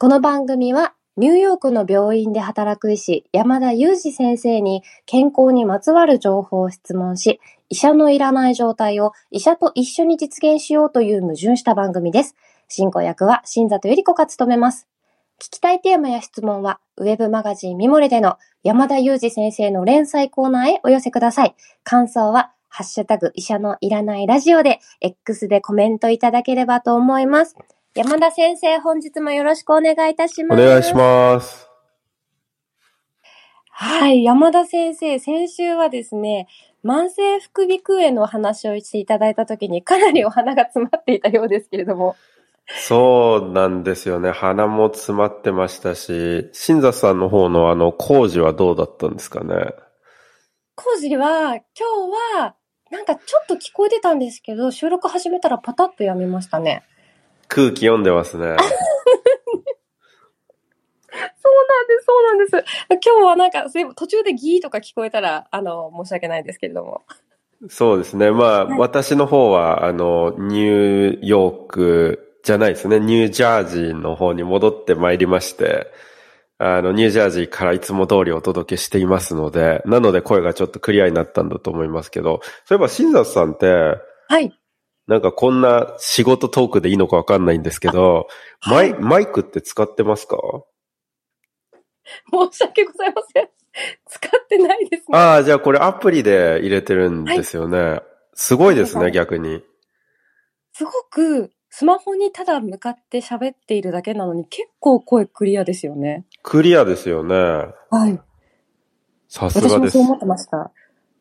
この番組はニューヨークの病院で働く医師山田裕二先生に健康にまつわる情報を質問し、医者のいらない状態を医者と一緒に実現しようという矛盾した番組です。進行役は新里ゆり子が務めます。聞きたいテーマや質問はウェブマガジンミモレでの山田裕二先生の連載コーナーへお寄せください。感想はハッシュタグ医者のいらないラジオで X でコメントいただければと思います。山田先生、本日もよろしくお願いいたします。 お願いします。 はい、山田先生、先週はですね、慢性副鼻腔炎のお話をしていただいたときにかなりお花が詰まっていたようですけれども。 そうなんですよね。鼻も詰まってましたし、新座さんの方の工事はどうだったんですかね。 工事は、今日は、なんかちょっと聞こえてたんですけど、収録始めたらパタッとやみましたね。 空気読んでますね。 そうなんです。今日はなんか、途中でギーとか聞こえたら、申し訳ないですけれども。 そうですね。まあ、私の方は、ニューヨークじゃないですね。ニュージャージーの方に戻ってまいりまして、ニュージャージーからいつも通りお届けしていますので、なので声がちょっとクリアになったんだと思いますけど、そういえば新座さんって、 はい。 なんかこんな仕事トークでいいのかわかんないんですけど、 はい、 マイクって使ってますか？ 申し訳ございません。使ってないですね。 ああ、じゃあこれアプリで入れてるんですよね。はい、すごいですね、逆に。 すごく、スマホにただ向かって喋っているだけなのに結構声クリアですよね。 クリアですよね。 はい。 さすがです。 私もそう思ってました。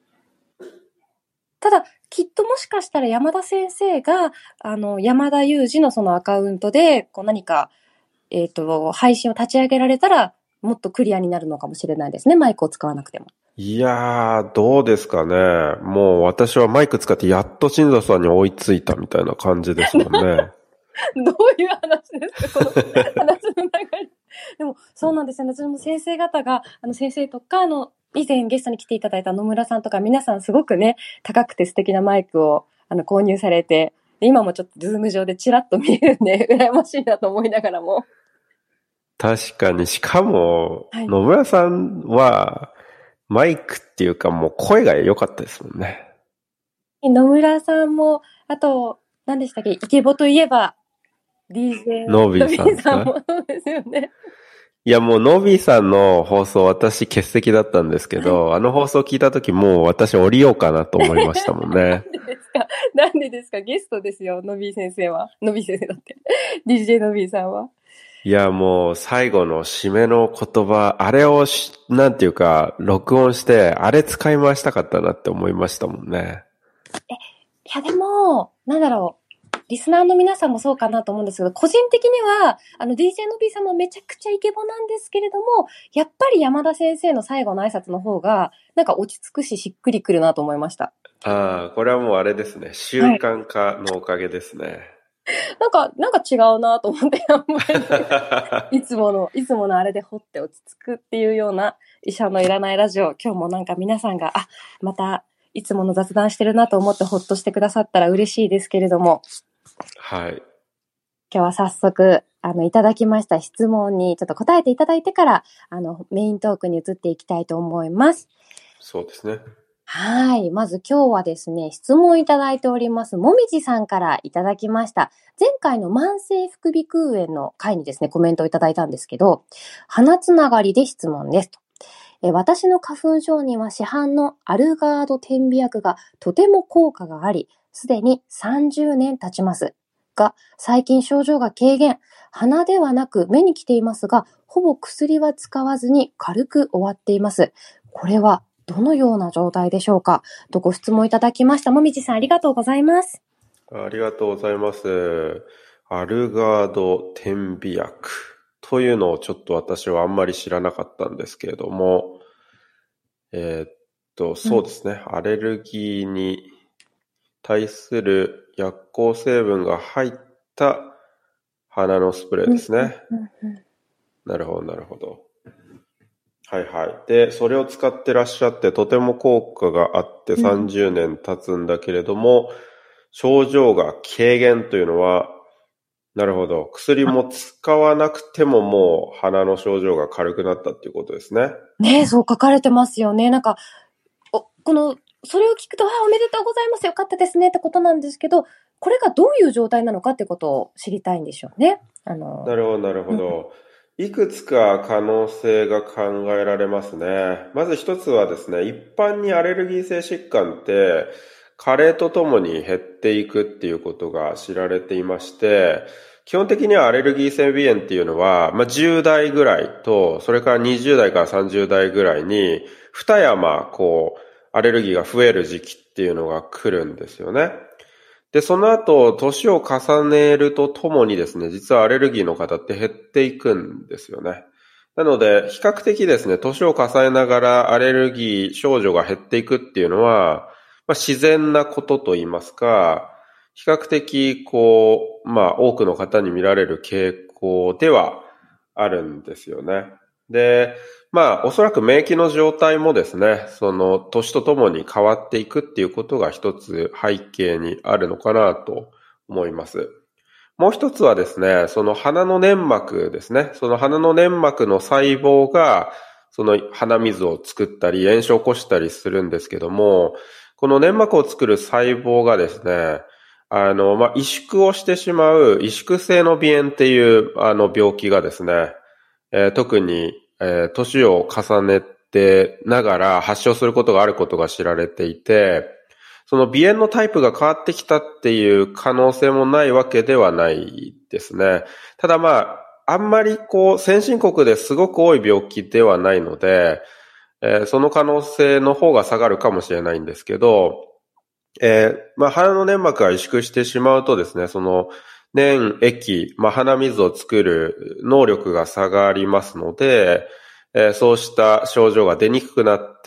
ただ、きっともしかしたら山田先生が、山田裕二のそのアカウントで、こう何か、配信を立ち上げられたら、もっとクリアになるのかもしれないですね。マイクを使わなくても。 いやー、どうですかね。もう私はマイク使ってやっと新座さんに追いついたみたいな感じですもんね。 どういう話ですか、この話の流れ。でも、そうなんですよね。私も先生方が、先生とか、以前ゲストに来ていただいた野村さんとか皆さんすごくね、高くて素敵なマイクを購入されて、今もちょっとズーム上でチラッと見えるんで、羨ましいなと思いながらも。 確かに、しかも、はい、野村さんは、マイクっていうかもう声が良かったですもんね。 野村さんも、あと、何でしたっけ、イケボといえば、DJ ノビーさんもそうですよね。 いやもうノビーさんの放送私欠席だったんですけど、はい、あの放送聞いた時もう私降りようかなと思いましたもんね。 なんでですかゲストですよ、ノビー先生は。ノビー先生だって。DJ ノビーさんは。 いやもう最後の締めの言葉、あれをなんていうか、録音して、あれ使い回したかったなって思いましたもんね。 いやでも、なんだろう。リスナーの皆さんもそうかなと思うんですけど、個人的には、DJ の B さんもめちゃくちゃイケボなんですけれども、やっぱり山田先生の最後の挨拶の方が、なんか落ち着くし、しっくりくるなと思いました。 ああ、これはもうあれですね。習慣化のおかげですね。 はい、なんか違うなと思って、あんまりいつものあれでほって落ち着くっていうような医者のいらないラジオ、今日もなんか皆さんが、またいつもの雑談してるなと思ってほっとしてくださったら嬉しいですけれども。 はい。 今日は早速、いただきました質問にちょっと答えていただいてから、メイントークに移っていきたいと思います。 そうですね。 はい。まず今日はですね、質問いただいております、もみじさんからいただきました。前回の慢性副鼻腔炎の回にですね、コメントをいただいたんですけど、鼻つながりで質問ですと。私の花粉症には市販のアルガード点鼻薬がとても効果があり、すでに30年経ちます。が、最近症状が軽減。鼻ではなく目に来ていますが、ほぼ薬は使わずに軽く終わっています。これはどのような状態でしょうかとご質問いただきました。もみじさんありがとうございます。 ありがとうございます。アルガード点鼻薬というのをちょっと私はあんまり知らなかったんですけれども、そうですね、アレルギーに対する薬効成分が入った鼻のスプレーですね。なるほど、なるほど。はいはい。で、それを使ってらっしゃってとても効果があって30年経つんだけれども、症状が軽減というのはなるほど。薬も使わなくてももう鼻の症状が軽くなったっていうことですね。 ねえ、そう書かれてますよね。なんか、それを聞くと、おめでとうございます。よかったですねってことなんですけど、これがどういう状態なのかってことを知りたいんでしょうね。 なるほど、なるほど。いくつか可能性が考えられますね。まず一つはですね、一般にアレルギー性疾患って、加齢とともに減っていくっていうことが知られていまして、基本的にはアレルギー性鼻炎っていうのは、10代ぐらいと、それから20代から30代ぐらいに、二山、アレルギーが増える時期っていうのが来るんですよね。で、その後、年を重ねるとともにですね、実はアレルギーの方って減っていくんですよね。なので、比較的ですね、年を重ねながらアレルギー症状が減っていくっていうのは、自然なことといいますか、比較的、多くの方に見られる傾向ではあるんですよね。で、おそらく免疫の状態もですね、その年とともに変わっていくっていうことが一つ背景にあるのかなと思います。もう一つはですね、その鼻の粘膜ですね。その鼻の粘膜の細胞が、その鼻水を作ったり炎症を起こしたりするんですけども、この粘膜を作る細胞がですね、萎縮をしてしまう萎縮性の鼻炎っていう病気がですね、特に、年を重ねてながら発症することがあることが知られていて、その鼻炎のタイプが変わってきたっていう可能性もないわけではないですね。ただあんまり先進国ですごく多い病気ではないので、その可能性の方が下がるかもしれないんですけど、鼻の粘膜が萎縮してしまうとですね、その粘液、鼻水を作る能力が下がりますので、そうした症状が出にくくなって、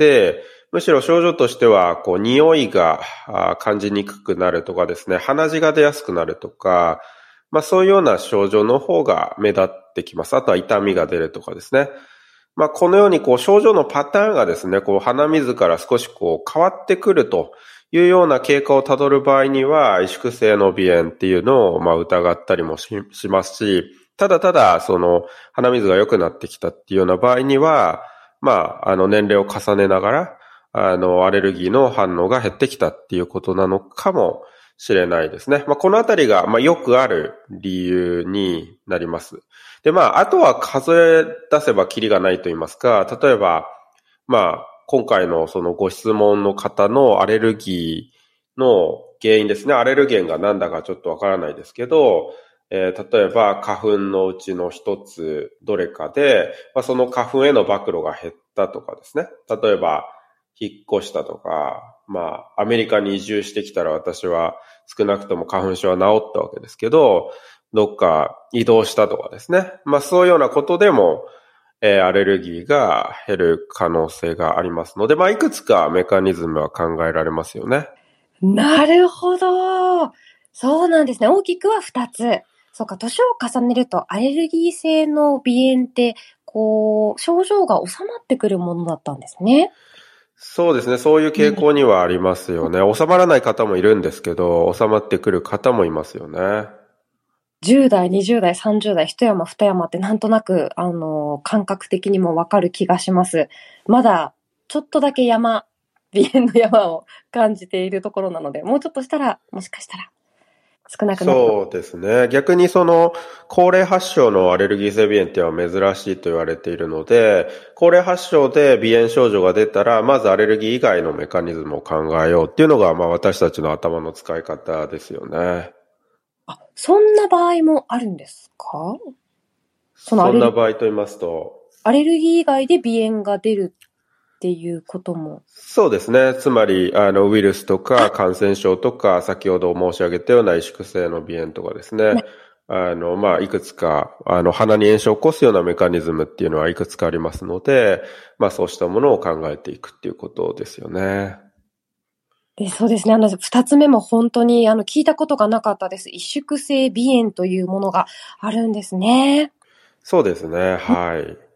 むしろ症状としては、匂いが感じにくくなるとかですね、鼻血が出やすくなるとか、そういうような症状の方が目立ってきます。あとは痛みが出るとかですね。このように症状のパターンがですね、鼻水から少し変わってくるというような経過をたどる場合には、萎縮性の鼻炎っていうのを疑ったりもしますし、ただただその鼻水が良くなってきたっていうような場合には、年齢を重ねながら、アレルギーの反応が減ってきたっていうことなのかもしれないですね。このあたりが、よくある理由になります。で、あとは数え出せばキリがないと言いますか、例えば、今回のそのご質問の方のアレルギーの原因ですね。アレルゲンが何だかちょっとわからないですけど、例えば花粉のうちの一つどれかで、その花粉への暴露が減ったとかですね。例えば、引っ越したとか、アメリカに移住してきたら私は少なくとも花粉症は治ったわけですけど、どっか移動したとかですね。そういうようなことでも、アレルギーが減る可能性がありますので、いくつかメカニズムは考えられますよね。 なるほど。そうなんですね。大きくは2つ。そうか、年を重ねるとアレルギー性の鼻炎って、症状が収まってくるものだったんですね。 そうですね。そういう傾向にはありますよね。収まらない方もいるんですけど、収まってくる方もいますよね。 10代、20代、30代、一山二山ってなんとなく、感覚的にもわかる気がします。まだ、ちょっとだけ鼻炎の山を感じているところなので、もうちょっとしたら、もしかしたら、少なくなる。 そうですね。逆に高齢発症のアレルギー性鼻炎っていうのは珍しいと言われているので、高齢発症で鼻炎症状が出たら、まずアレルギー以外のメカニズムを考えようっていうのが、私たちの頭の使い方ですよね。 そんな場合もあるんですか？ そんな場合と言いますと、 アレルギー以外で鼻炎が出るっていうことも。 そうですね。つまり、ウイルスとか感染症とか、先ほど申し上げたような萎縮性の鼻炎とかですね。いくつか、鼻に炎症を起こすようなメカニズムっていうのはいくつかありますので、そうしたものを考えていくっていうことですよね。 そうですね。二つ目も本当に、聞いたことがなかったです。萎縮性鼻炎というものがあるんですね。 そうですね。はい。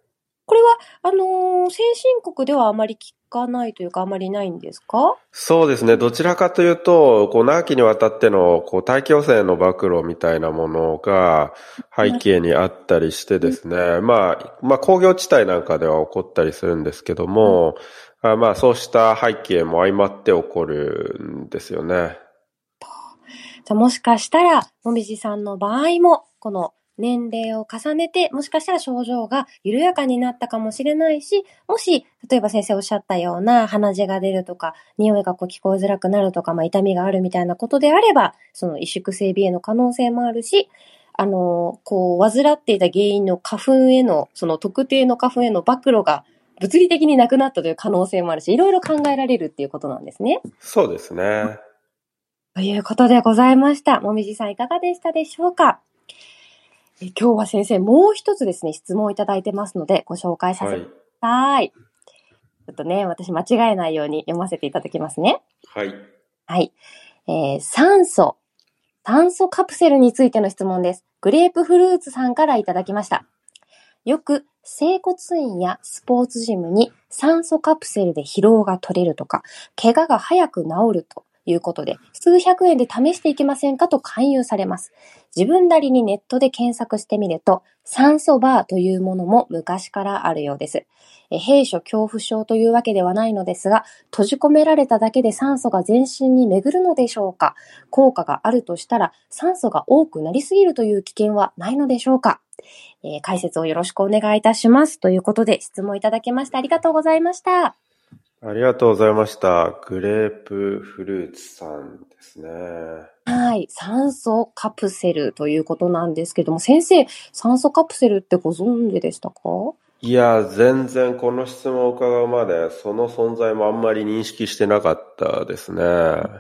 これは、先進国ではあまり聞かないというか、あまりないんですか？ そうですね。どちらかというと、長きにわたっての、大気汚染の暴露みたいなものが背景にあったりしてですね。工業地帯なんかでは起こったりするんですけども、そうした背景も相まって起こるんですよね。 じゃあもしかしたら、もみじさんの場合も、この年齢を重ねて、もしかしたら症状が緩やかになったかもしれないし、もし、例えば先生おっしゃったような鼻血が出るとか、匂いが聞こえづらくなるとか、痛みがあるみたいなことであれば、その萎縮性鼻炎の可能性もあるし、患っていた原因の花粉への、その特定の花粉への暴露が物理的になくなったという可能性もあるし、いろいろ考えられるっていうことなんですね。 そうですね。 ということでございました。もみじさんいかがでしたでしょうか？今日は先生もう一つですね、質問をいただいてますのでご紹介させてください。ちょっとね、私間違えないように読ませていただきますね。 はい。 はい。炭素カプセルについての質問です。グレープフルーツさんからいただきました。よく整骨院やスポーツジムに酸素カプセルで疲労が取れるとか、怪我が早く治るということで、数百円で試していけませんかと勧誘されます。自分なりにネットで検索してみると、酸素バーというものも昔からあるようです。閉所恐怖症というわけではないのですが、閉じ込められただけで酸素が全身に巡るのでしょうか？効果があるとしたら、酸素が多くなりすぎるという危険はないのでしょうか？解説をよろしくお願いいたします。ということで質問いただきましてありがとうございました。 ありがとうございました。グレープフルーツさんですね。 はい。酸素カプセルということなんですけども、先生、酸素カプセルってご存知でしたか？ いや、全然この質問を伺うまで、その存在もあんまり認識してなかったですね。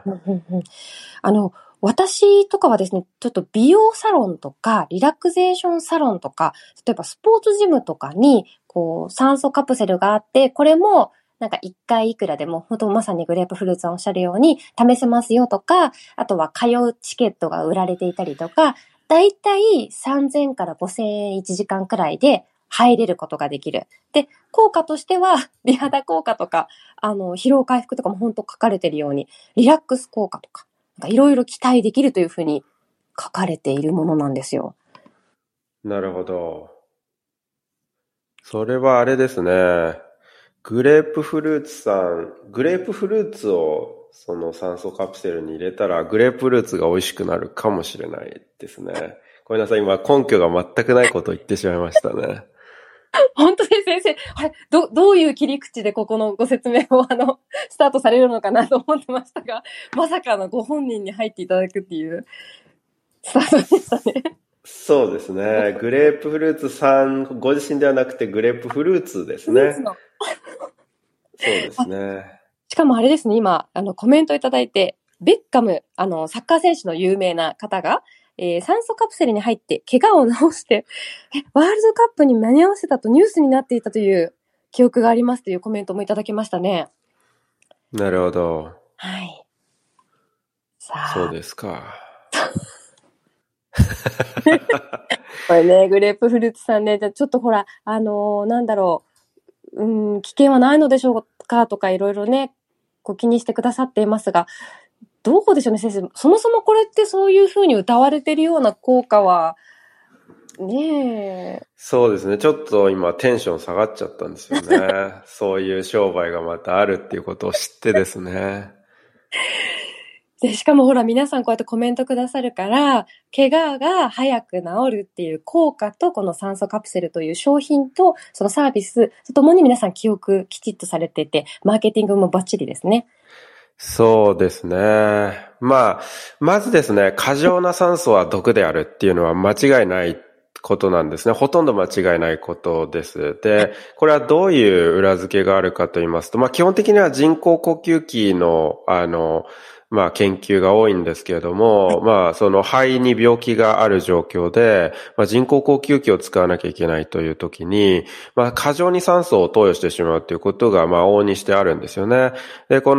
私とかはですね、ちょっと美容サロンとか、リラクゼーションサロンとか、例えばスポーツジムとかに、酸素カプセルがあって、これも、1回いくらでも、本当まさにグレープフルーツさんおっしゃるように、試せますよとか、あとは通うチケットが売られていたりとか、だいたい3000から5000円1時間くらいで入れることができる。で、効果としては、美肌効果とか、疲労回復とかも本当書かれているように、リラックス効果とか、いろいろ期待できるというふうに書かれているものなんですよ。 なるほど。それはあれですね。グレープフルーツさん、グレープフルーツをその酸素カプセルに入れたら、グレープフルーツが美味しくなるかもしれないですね。ごめんなさい、今根拠が全くないことを言ってしまいましたね。 本当です、先生。あれ、どういう切り口でここのご説明をスタートされるのかなと思ってましたが、まさかのご本人に入っていただくっていうスタートでしたね。 そうですね。グレープフルーツさん、ご自身ではなくてグレープフルーツですね。そうですね。 しかもあれですね、今、コメントいただいて、ベッカム、サッカー選手の有名な方が、酸素カプセルに入って怪我を治して、ワールドカップに間に合わせたとニュースになっていたという記憶がありますというコメントもいただきましたね。 なるほど。 はい。さあ。 そうですか。 これね、グレープフルーツさんね、じゃちょっとほら、危険はないのでしょうかとかいろいろね、気にしてくださっていますが、どうでしょうね、先生。そもそもこれってそういうふうに謳われているような効果は、ねえ。 そうですね。ちょっと今テンション下がっちゃったんですよね。そういう商売がまたあるっていうことを知ってですね。 で、しかもほら皆さんこうやってコメントくださるから、怪我が早く治るっていう効果と、この酸素カプセルという商品と、そのサービスとともに皆さん記憶きちっとされていて、マーケティングもバッチリですね。 そうですね。まずですね、過剰な酸素は毒であるっていうのは間違いないことなんですね。ほとんど間違いないことです。で、これはどういう裏付けがあるかと言いますと、基本的には人工呼吸器の、研究が多いんですけれども、その肺に病気がある状況で、人工呼吸器を使わなきゃいけないという時に、過剰に酸素を投与してしまうということが、往々にしてあるんですよね。で、この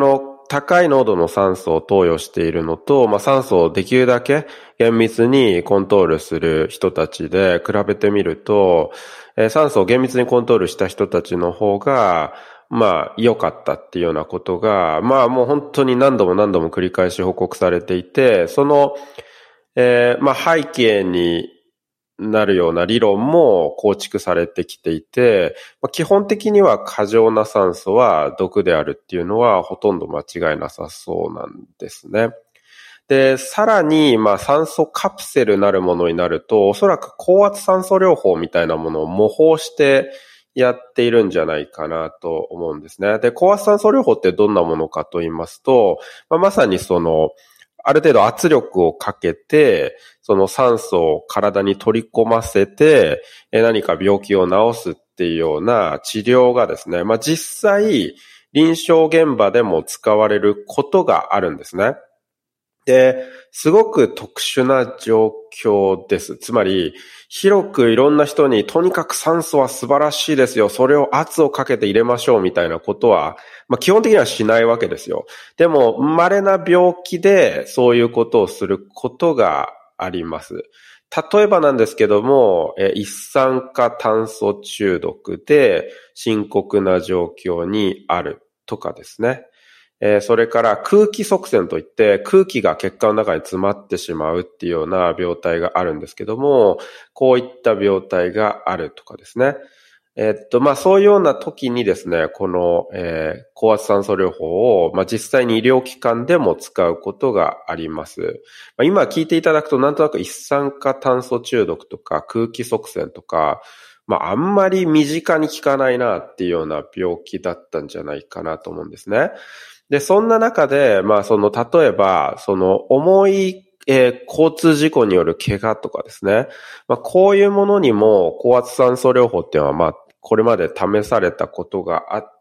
高い濃度の酸素を投与しているのと、酸素をできるだけ厳密にコントロールする人たちで比べてみると、酸素を厳密にコントロールした人たちの方が、良かったっていうようなことが、もう本当に何度も何度も繰り返し報告されていて、その、背景になるような理論も構築されてきていて、基本的には過剰な酸素は毒であるっていうのはほとんど間違いなさそうなんですね。で、さらに、酸素カプセルなるものになると、おそらく高圧酸素療法みたいなものを模倣してやっているんじゃないかなと思うんですね。で、高圧酸素療法ってどんなものかと言いますと、まさにある程度圧力をかけて、その酸素を体に取り込ませて、何か病気を治すっていうような治療がですね、実際、臨床現場でも使われることがあるんですね。で、すごく特殊な状況です。つまり、広くいろんな人にとにかく酸素は素晴らしいですよ。それを圧をかけて入れましょうみたいなことは、基本的にはしないわけですよ。でも、稀な病気でそういうことをすることがあります。例えばなんですけども、一酸化炭素中毒で深刻な状況にあるとかですね。それから空気塞栓といって空気が血管の中に詰まってしまうっていうような病態があるんですけども、こういった病態があるとかですね。そういうような時にですね、この、高圧酸素療法を、実際に医療機関でも使うことがあります。今聞いていただくとなんとなく一酸化炭素中毒とか空気塞栓とか、あんまり身近に効かないなっていうような病気だったんじゃないかなと思うんですね。で、そんな中で、例えば、重い、交通事故による怪我とかですね。こういうものにも、高圧酸素療法っていうのは、これまで試されたことがあって、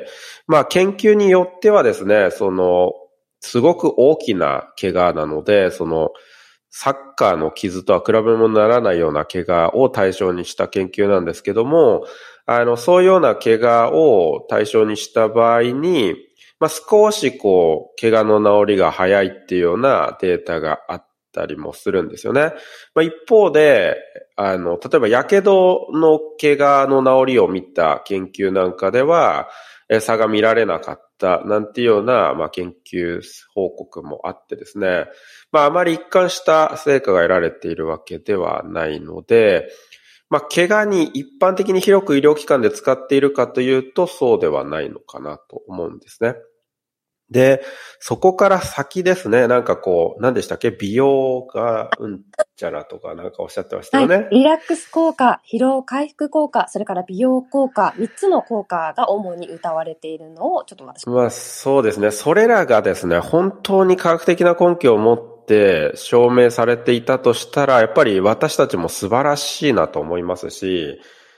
研究によってはですね、すごく大きな怪我なので、サッカーの傷とは比べ物にならないような怪我を対象にした研究なんですけども、そういうような怪我を対象にした場合に、少し怪我の治りが早いっていうようなデータがあったりもするんですよね。一方で、例えば、やけどの怪我の治りを見た研究なんかでは、差が見られなかったなんていうような、研究報告もあってですね。あまり一貫した成果が得られているわけではないので、怪我に一般的に広く医療機関で使っているかというと、そうではないのかなと思うんですね。で、そこから先ですね、何でしたっけ？美容がちゃらとかおっしゃってましたよね。 リラックス効果、疲労回復効果、それから美容効果、3つの効果が主に謳われているのをちょっと私。 そうですね。それらがですね、本当に科学的な根拠を持って証明されていたとしたら、やっぱり私たちも素晴らしいなと思いますし、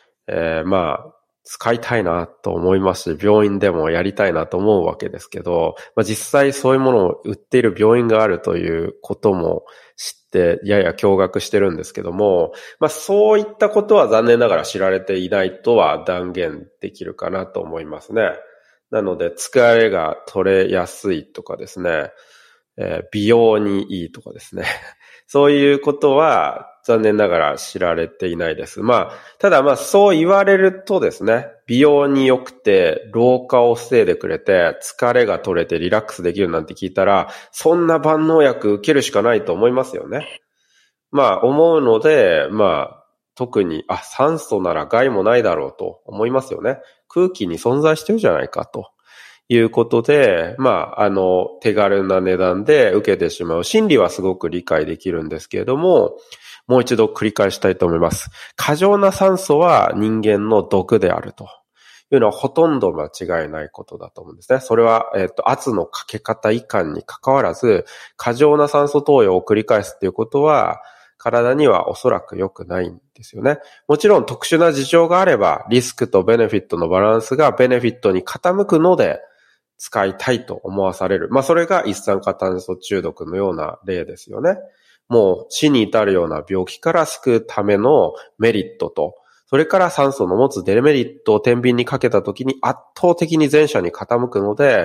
使いたいなと思いますし、病院でもやりたいなと思うわけですけど、実際そういうものを売っている病院があるということも知って、やや驚愕してるんですけども、そういったことは残念ながら知られていないとは断言できるかなと思いますね。なので、疲れが取れやすいとかですね、美容にいいとかですね。そういうことは残念ながら知られていないです。ただそう言われるとですね、美容に良くて老化を防いでくれて疲れが取れてリラックスできるなんて聞いたら、そんな万能薬受けるしかないと思いますよね。思うので、特に、酸素なら害もないだろうと思いますよね。空気に存在してるじゃないかと。いうことで、手軽な値段で受けてしまう。心理はすごく理解できるんですけれども、もう一度繰り返したいと思います。過剰な酸素は人間の毒であるというのはほとんど間違いないことだと思うんですね。それは、圧のかけ方以下に関わらず、過剰な酸素投与を繰り返すっていうことは、体にはおそらく良くないんですよね。もちろん特殊な事情があれば、リスクとベネフィットのバランスがベネフィットに傾くので、使いたいと思わされる。それが一酸化炭素中毒のような例ですよね。もう死に至るような病気から救うためのメリットと、それから酸素の持つデメリットを天秤にかけたときに圧倒的に前者に傾くので、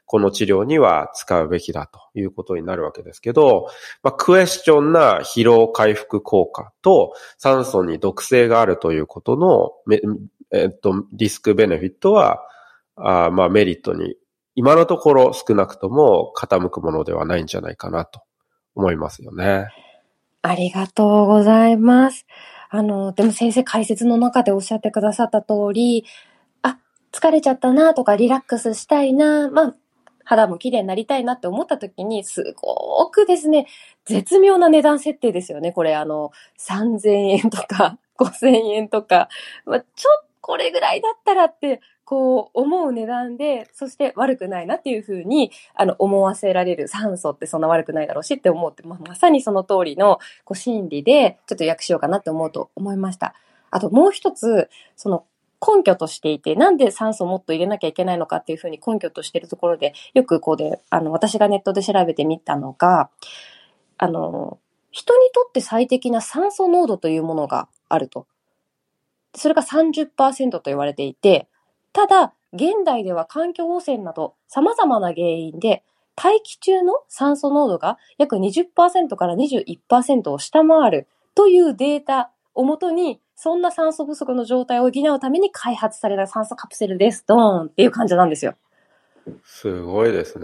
この治療には使うべきだということになるわけですけど、クエスチョンな疲労回復効果と酸素に毒性があるということのリスクベネフィットは、メリットに今のところ少なくとも傾くものではないんじゃないかなと思いますよね。 ありがとうございます。でも先生解説の中でおっしゃってくださった通り、疲れちゃったなとかリラックスしたいな、肌も綺麗になりたいなって思った時に、すごくですね、絶妙な値段設定ですよね。これ3000円とか5000円とか、これぐらいだったらって、こう思う値段で、そして悪くないなっていうふうに、思わせられる。酸素ってそんな悪くないだろうしって思って、まさにその通りの、心理で、ちょっと訳しようかなって思いました。あともう一つ、根拠としていて、なんで酸素をもっと入れなきゃいけないのかっていうふうに根拠としているところで、よく私がネットで調べてみたのが、人にとって最適な酸素濃度というものがあると。それが 30% と言われていて、ただ、現代では環境汚染など様々な原因で、大気中の酸素濃度が約 20% から 21% を下回るというデータをもとに、そんな酸素不足の状態を補うために開発された酸素カプセルです。ドーンっていう感じなんですよ。 すごいですね。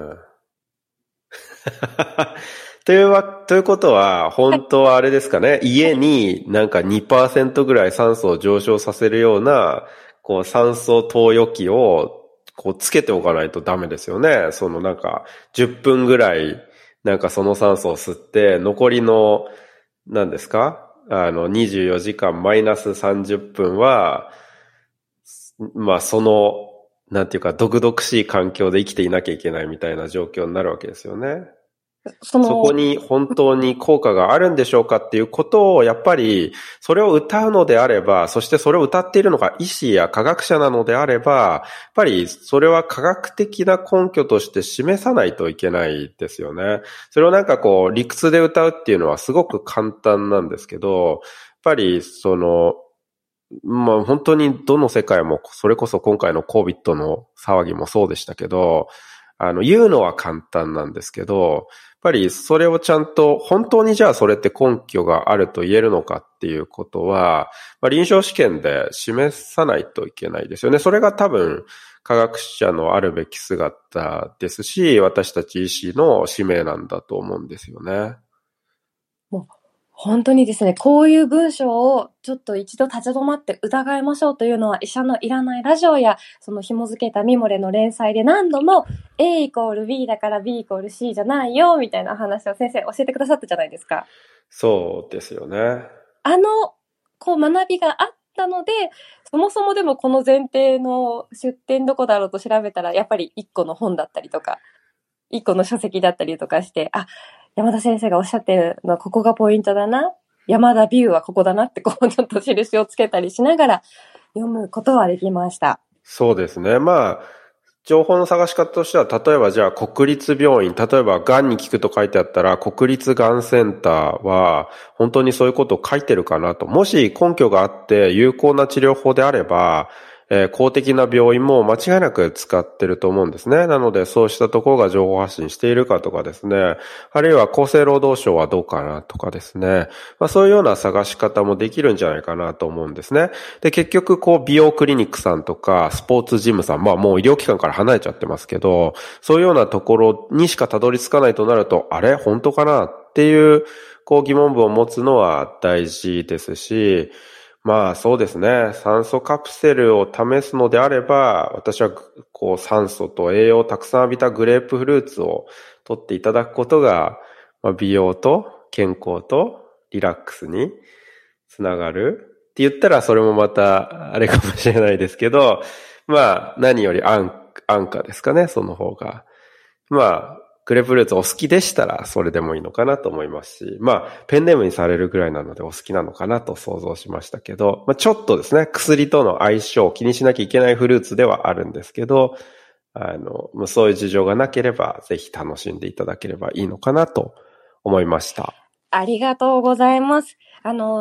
ということは、本当はあれですかね、家になんか 2% ぐらい酸素を上昇させるような、酸素投与器を、つけておかないとダメですよね。10分ぐらい、その酸素を吸って、残りの、何ですか24時間マイナス30分は、なんていうか、毒々しい環境で生きていなきゃいけないみたいな状況になるわけですよね。そこに本当に効果があるんでしょうかっていうことを、やっぱり、それを歌うのであれば、そしてそれを歌っているのが医師や科学者なのであれば、やっぱりそれは科学的な根拠として示さないといけないですよね。それを理屈で歌うっていうのはすごく簡単なんですけど、やっぱり本当にどの世界も、それこそ今回の COVID の騒ぎもそうでしたけど、言うのは簡単なんですけど、やっぱりそれをちゃんと、本当にじゃあそれって根拠があると言えるのかっていうことは、臨床試験で示さないといけないですよね。それが多分、科学者のあるべき姿ですし、私たち医師の使命なんだと思うんですよね。 もう本当にですね、こういう文章をちょっと一度立ち止まって疑いましょうというのは、医者のいらないラジオや、その紐付けたミモレの連載で何度も A イコール B だから B イコール C じゃないよ、みたいな話を先生教えてくださったじゃないですか。 そうですよね。 学びがあったので、そもそもでもこの前提の出典どこだろうと調べたら、やっぱり1個の本だったりとか、1個の書籍だったりとかして、山田先生がおっしゃってるのはここがポイントだな。山田ビューはここだなってちょっと印をつけたりしながら読むことはできました。 そうですね。情報の探し方としては、例えばじゃあ国立病院、例えば癌に効くと書いてあったら、国立がんセンターは本当にそういうことを書いてるかなと。もし根拠があって有効な治療法であれば、公的な病院も間違いなく使ってると思うんですね。なのでそうしたところが情報発信しているかとかですね。あるいは厚生労働省はどうかなとかですね。そういうような探し方もできるんじゃないかなと思うんですね。で、結局美容クリニックさんとかスポーツジムさん、もう医療機関から離れちゃってますけど、そういうようなところにしかたどり着かないとなると、あれ本当かなっていう疑問文を持つのは大事ですし、そうですね。酸素カプセルを試すのであれば、私は酸素と栄養をたくさん浴びたグレープフルーツを取っていただくことが、美容と健康とリラックスにつながるって言ったらそれもまたあれかもしれないですけど、何より安価ですかね、その方が。グレープフルーツお好きでしたらそれでもいいのかなと思いますし、ペンネームにされるぐらいなのでお好きなのかなと想像しましたけど、ちょっとですね、薬との相性を気にしなきゃいけないフルーツではあるんですけど、そういう事情がなければぜひ楽しんでいただければいいのかなと思いました。 ありがとうございます。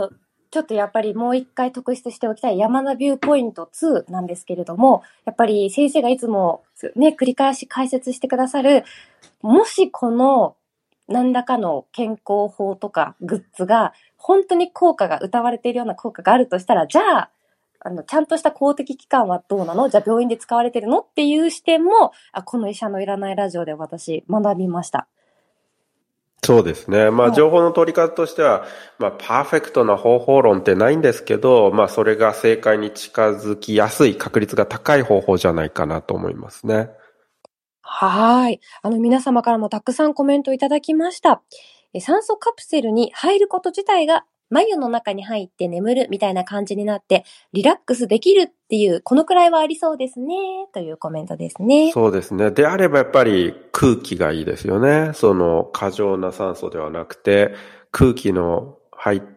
ちょっとやっぱりもう一回特筆しておきたい山田ビューポイント2なんですけれども、やっぱり先生がいつもね、繰り返し解説してくださる、もしこの何らかの健康法とかグッズが本当に効果が謳われているような効果があるとしたら、じゃあ、ちゃんとした公的機関はどうなの？じゃあ病院で使われてるの？っていう視点も、この医者のいらないラジオで私学びました。 そうですね。まあ、情報の取り方としては、まあ、パーフェクトな方法論ってないんですけど、まあ、それが正解に近づきやすい確率が高い方法じゃないかなと思いますね。 はい。皆様からもたくさんコメントいただきました。酸素カプセルに入ること自体が眉の中に入って眠るみたいな感じになってリラックスできるっていう、このくらいはありそうですね、というコメントですね。 そうですね。であればやっぱり空気がいいですよね。その過剰な酸素ではなくて、空気の入った、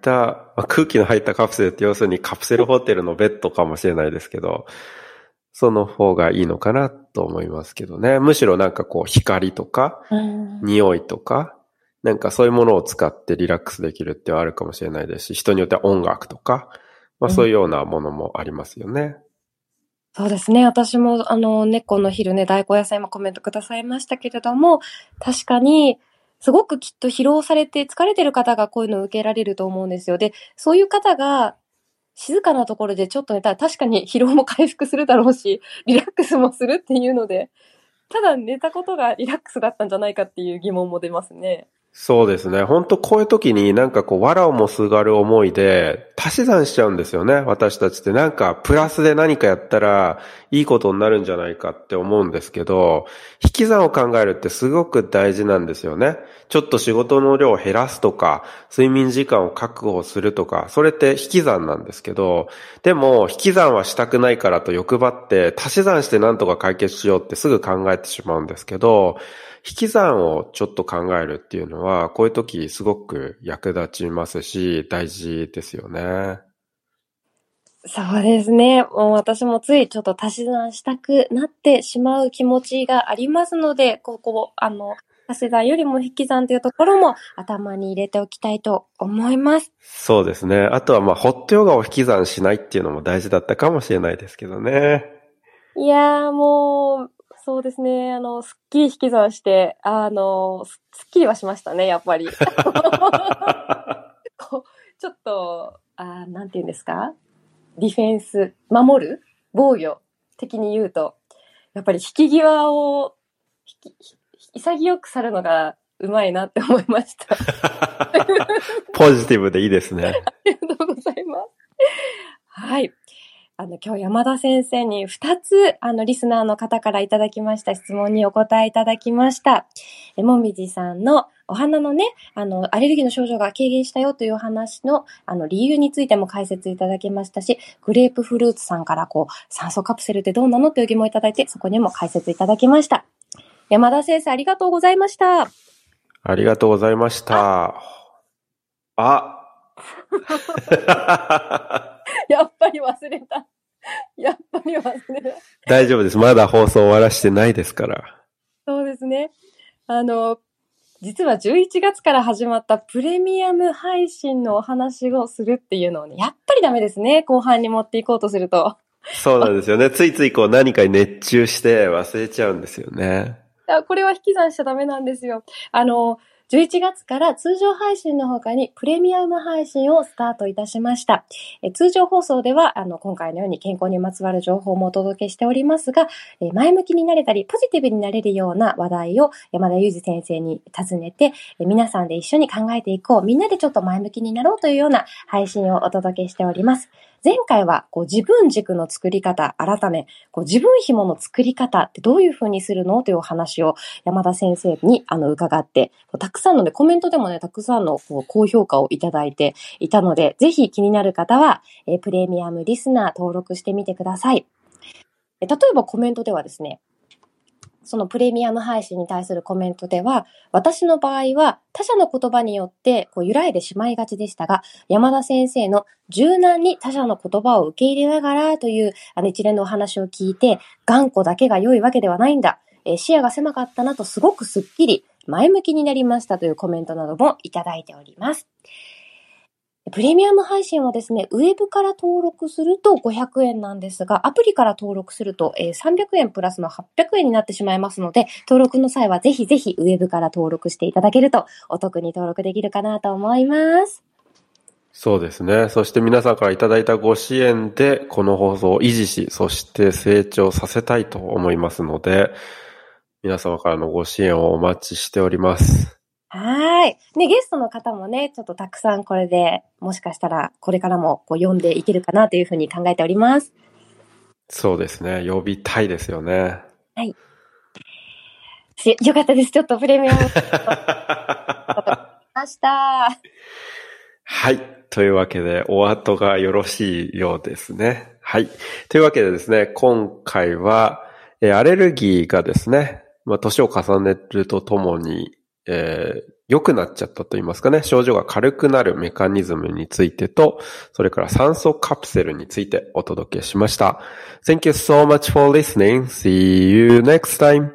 空気の入ったカプセルって要するにカプセルホテルのベッドかもしれないですけど、その方がいいのかなと思いますけどね。むしろなんかこう光とか、匂いとか、なんかそういうものを使ってリラックスできるってあるかもしれないですし、人によっては音楽とか、まあそういうようなものもありますよね。 そうですね。私も猫の昼ね、大根屋さん今コメントくださいましたけれども、確かに、すごくきっと疲労されて疲れてる方がこういうのを受けられると思うんですよ。で、そういう方が静かなところでちょっと寝たら確かに疲労も回復するだろうし、リラックスもするっていうので、ただ寝たことがリラックスだったんじゃないかっていう疑問も出ますね。 そうですね。本当こういう時になんかこう、藁をもすがる思いで足し算しちゃうんですよね。私たちってなんかプラスで何かやったらいいことになるんじゃないかって思うんですけど、引き算を考えるってすごく大事なんですよね。ちょっと仕事の量を減らすとか、睡眠時間を確保するとか、それって引き算なんですけど、でも引き算はしたくないからと欲張って足し算してなんとか解決しようってすぐ考えてしまうんですけど、引き算をちょっと考えるっていうのは、こういう時すごく役立ちますし、大事ですよね。 そうですね。もう私もついちょっと足し算したくなってしまう気持ちがありますので、足し算よりも引き算というところも頭に入れておきたいと思います。 そうですね。あとはホットヨガを引き算しないっていうのも大事だったかもしれないですけどね。 いやーもう、そうですね。すっきり引き算して、すっきりはしましたね、やっぱり。ちょっと、なんて言うんですか？ディフェンス、守る防御的に言うと、やっぱり引き際を潔く去るのがうまいなって思いました。 ポジティブでいいですね。 ありがとうございます。はい。今日山田先生に2つ、リスナーの方からいただきました質問にお答えいただきました。もみじさんのお花のね、アレルギーの症状が軽減したよという話の、理由についても解説いただきましたし、グレープフルーツさんから酸素カプセルってどうなのという疑問をいただいて、そこにも解説いただきました。山田先生、ありがとうございました。 ありがとうございました。 やっぱり忘れた。やっぱり忘れた。 大丈夫です。まだ放送終わらしてないですから。 そうですね。実は11月から始まったプレミアム配信のお話をするっていうのをね、やっぱりダメですね。後半に持っていこうとすると。 そうなんですよね。ついつい何かに熱中して忘れちゃうんですよね。 これは引き算しちゃダメなんですよ。11月から通常配信の他にプレミアム配信をスタートいたしました。通常放送では今回のように健康にまつわる情報もお届けしておりますが、前向きになれたりポジティブになれるような話題を山田裕二先生に尋ねて、皆さんで一緒に考えていこう、みんなでちょっと前向きになろうというような配信をお届けしております。前回は自分軸の作り方、改め自分紐の作り方ってどういう風にするのというお話を山田先生に伺って、たくさんのね、コメントでもね、たくさんの高評価をいただいていたので、ぜひ気になる方は、プレミアムリスナー登録してみてください。例えばコメントではですね、そのプレミアム配信に対するコメントでは、私の場合は他者の言葉によって揺らいでしまいがちでしたが、山田先生の柔軟に他者の言葉を受け入れながらという一連のお話を聞いて、頑固だけが良いわけではないんだ。視野が狭かったなとすごくすっきり前向きになりましたというコメントなどもいただいております。 プレミアム配信はですね、ウェブから登録すると500円なんですが、アプリから登録すると300円プラスの800円になってしまいますので、登録の際はぜひぜひウェブから登録していただけるとお得に登録できるかなと思います。 そうですね。そして皆さんからいただいたご支援で、この放送を維持し、そして成長させたいと思いますので、皆様からのご支援をお待ちしております。 はい。ね、ゲストの方もね、ちょっとたくさんこれで、もしかしたらこれからもこう読んでいけるかなというふうに考えております。 そうですね。呼びたいですよね。 はい。よかったです。ちょっとプレミアム。ました。 はい。というわけで、お後がよろしいようですね。はい。というわけでですね、今回は、アレルギーがですね、年を重ねるとともに、良くなっちゃったと言いますかね、症状が軽くなるメカニズムについてと、それから酸素カプセルについてお届けしました。Thank you so much for listening. See you next time.